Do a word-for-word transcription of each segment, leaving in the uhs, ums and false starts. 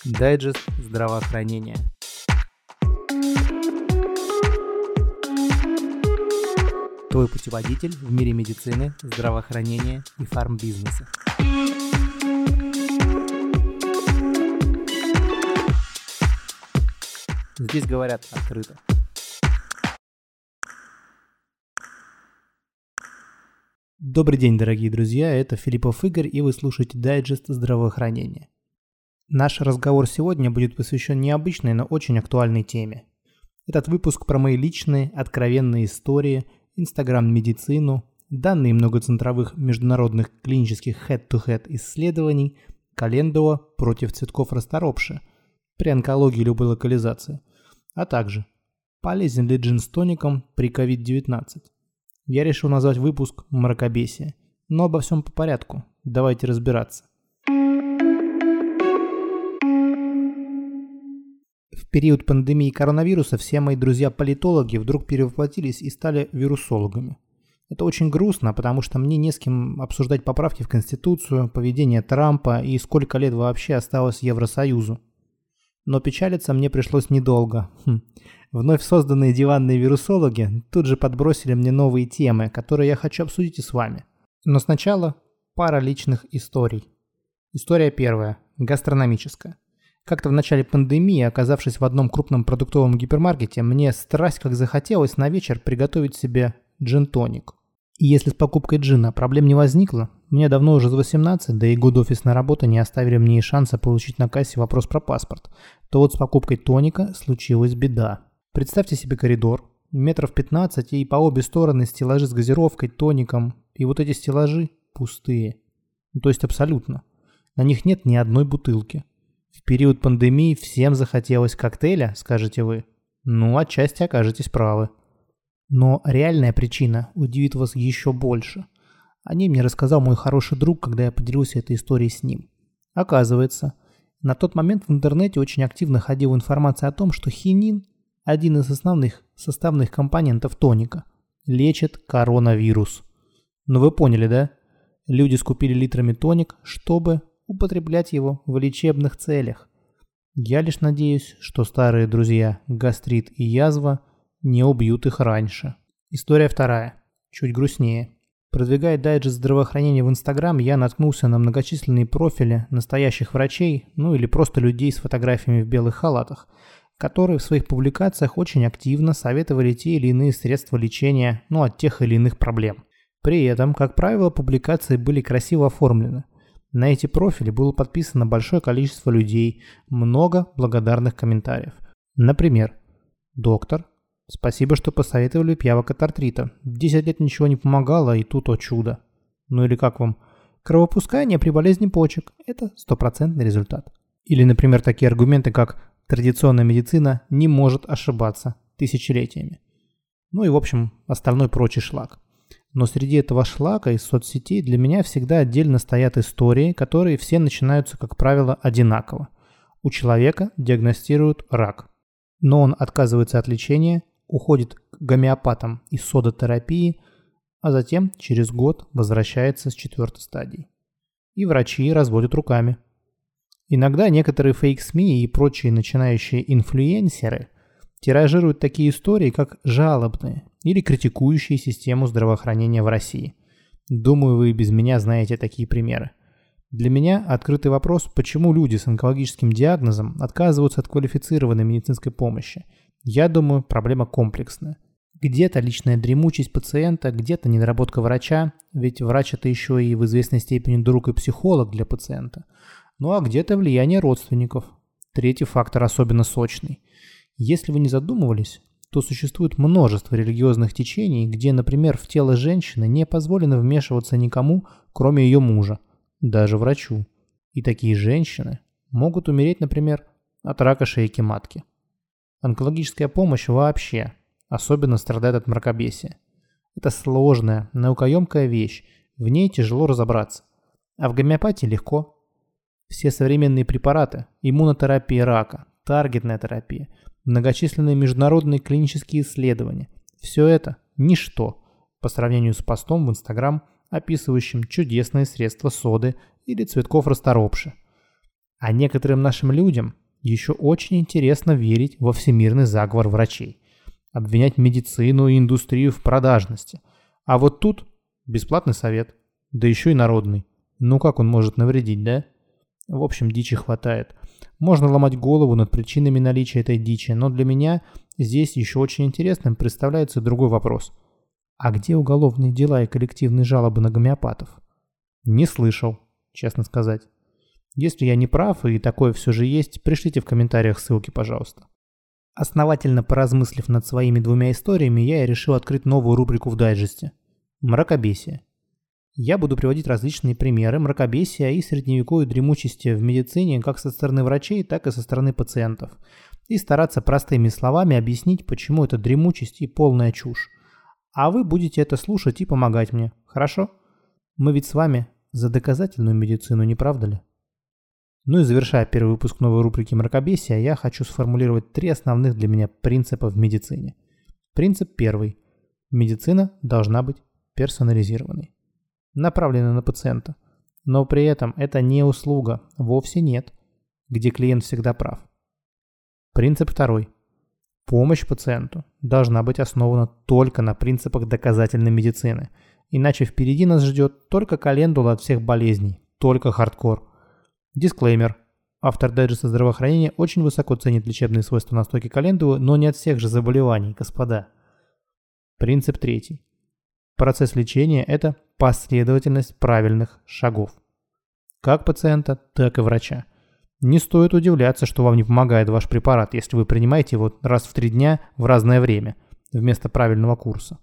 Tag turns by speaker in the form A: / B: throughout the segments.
A: Дайджест здравоохранения. Твой путеводитель в мире медицины, здравоохранения и фармбизнеса. Здесь говорят открыто. Добрый день, дорогие друзья, это Филиппов Игорь, и вы слушаете Дайджест здравоохранения. Наш разговор сегодня будет посвящен необычной, но очень актуальной теме. Этот выпуск про мои личные, откровенные истории, Инстаграм-медицину, данные многоцентровых международных клинических head-to-head исследований, Календула против цветков расторопши при онкологии любой локализации, а также полезен ли джин с тоником при ковид девятнадцать. Я решил назвать выпуск «Мракобесие», но обо всем по порядку. Давайте разбираться. В период пандемии коронавируса все мои друзья-политологи вдруг перевоплотились и стали вирусологами. Это очень грустно, потому что мне не с кем обсуждать поправки в Конституцию, поведение Трампа и сколько лет вообще осталось Евросоюзу. Но печалиться мне пришлось недолго. Хм. Вновь созданные диванные вирусологи тут же подбросили мне новые темы, которые я хочу обсудить и с вами. Но сначала пара личных историй. История первая, гастрономическая. Как-то в начале пандемии, оказавшись в одном крупном продуктовом гипермаркете, мне страсть как захотелось на вечер приготовить себе джин-тоник. И если с покупкой джина проблем не возникло, мне давно уже за восемнадцать, да и год офисной работы не оставили мне и шанса получить на кассе вопрос про паспорт, то вот с покупкой тоника случилась беда. Представьте себе коридор, метров пятнадцать, и по обе стороны стеллажи с газировкой, тоником, и вот эти стеллажи пустые. Ну, то есть абсолютно. На них нет ни одной бутылки. В период пандемии всем захотелось коктейля, скажете вы. Ну, отчасти окажетесь правы. Но реальная причина удивит вас еще больше. О ней мне рассказал мой хороший друг, когда я поделился этой историей с ним. Оказывается, на тот момент в интернете очень активно ходила информация о том, что хинин, один из основных составных компонентов тоника, лечит коронавирус. Ну вы поняли, да? Люди скупили литрами тоник, чтобы употреблять его в лечебных целях. Я лишь надеюсь, что старые друзья гастрит и язва не убьют их раньше. История вторая, чуть грустнее. Продвигая дайджест здравоохранения в Инстаграм, я наткнулся на многочисленные профили настоящих врачей, ну или просто людей с фотографиями в белых халатах, которые в своих публикациях очень активно советовали те или иные средства лечения, ну, от тех или иных проблем. При этом, как правило, публикации были красиво оформлены. На эти профили было подписано большое количество людей, много благодарных комментариев. Например, доктор, спасибо, что посоветовали пиявок от артрита. десять лет ничего не помогало, и тут о чудо. Ну или как вам? Кровопускание при болезни почек – это стопроцентный результат. Или, например, такие аргументы, как традиционная медицина не может ошибаться тысячелетиями. Ну и, в общем, остальной прочий шлак. Но среди этого шлака из соцсетей для меня всегда отдельно стоят истории, которые все начинаются, как правило, одинаково. У человека диагностируют рак, но он отказывается от лечения, уходит к гомеопатам и содотерапии, а затем через год возвращается с четвертой стадии. И врачи разводят руками. Иногда некоторые фейк-СМИ и прочие начинающие инфлюенсеры тиражируют такие истории, как жалобные или критикующие систему здравоохранения в России. Думаю, вы без меня знаете такие примеры. Для меня открытый вопрос, почему люди с онкологическим диагнозом отказываются от квалифицированной медицинской помощи. Я думаю, проблема комплексная. Где-то личная дремучесть пациента, где-то недоработка врача, ведь врач это еще и в известной степени друг и психолог для пациента. Ну а где-то влияние родственников. Третий фактор особенно сочный. Если вы не задумывались, то существует множество религиозных течений, где, например, в тело женщины не позволено вмешиваться никому, кроме ее мужа, даже врачу. И такие женщины могут умереть, например, от рака шейки матки. Онкологическая помощь вообще особенно страдает от мракобесия. Это сложная, наукоемкая вещь, в ней тяжело разобраться. А в гомеопатии легко. Все современные препараты, иммунотерапия рака, таргетная терапия, многочисленные международные клинические исследования – все это ничто по сравнению с постом в Инстаграм, описывающим чудесные средства соды или цветков расторопши. А некоторым нашим людям еще очень интересно верить во всемирный заговор врачей, обвинять медицину и индустрию в продажности. А вот тут бесплатный совет, да еще и народный. Ну как он может навредить, да? В общем, дичи хватает. Можно ломать голову над причинами наличия этой дичи, но для меня здесь еще очень интересным представляется другой вопрос. А где уголовные дела и коллективные жалобы на гомеопатов? Не слышал, честно сказать. Если я не прав и такое все же есть, пришлите в комментариях ссылки, пожалуйста. Основательно поразмыслив над своими двумя историями, я и решил открыть новую рубрику в дайджесте – мракобесие. Я буду приводить различные примеры мракобесия и средневековой дремучести в медицине как со стороны врачей, так и со стороны пациентов, и стараться простыми словами объяснить, почему это дремучесть и полная чушь. А вы будете это слушать и помогать мне, хорошо? Мы ведь с вами за доказательную медицину, не правда ли? Ну и завершая первый выпуск новой рубрики мракобесия, я хочу сформулировать три основных для меня принципа в медицине. Принцип первый. Медицина должна быть персонализированной, направленной на пациента. Но при этом это не услуга, вовсе нет, где клиент всегда прав. Принцип второй. Помощь пациенту должна быть основана только на принципах доказательной медицины, иначе впереди нас ждет только календула от всех болезней, только хардкор. Дисклеймер. Автор дайджеста здравоохранения очень высоко ценит лечебные свойства настойки календулы, но не от всех же заболеваний, господа. Принцип третий. Процесс лечения – это последовательность правильных шагов. Как пациента, так и врача. Не стоит удивляться, что вам не помогает ваш препарат, если вы принимаете его раз в три дня в разное время, вместо правильного курса.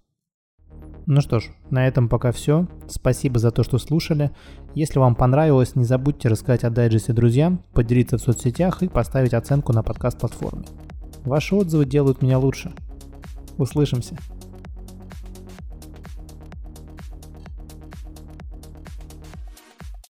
A: Ну что ж, на этом пока все. Спасибо за то, что слушали. Если вам понравилось, не забудьте рассказать о дайджесте друзьям, поделиться в соцсетях и поставить оценку на подкаст-платформе. Ваши отзывы делают меня лучше. Услышимся.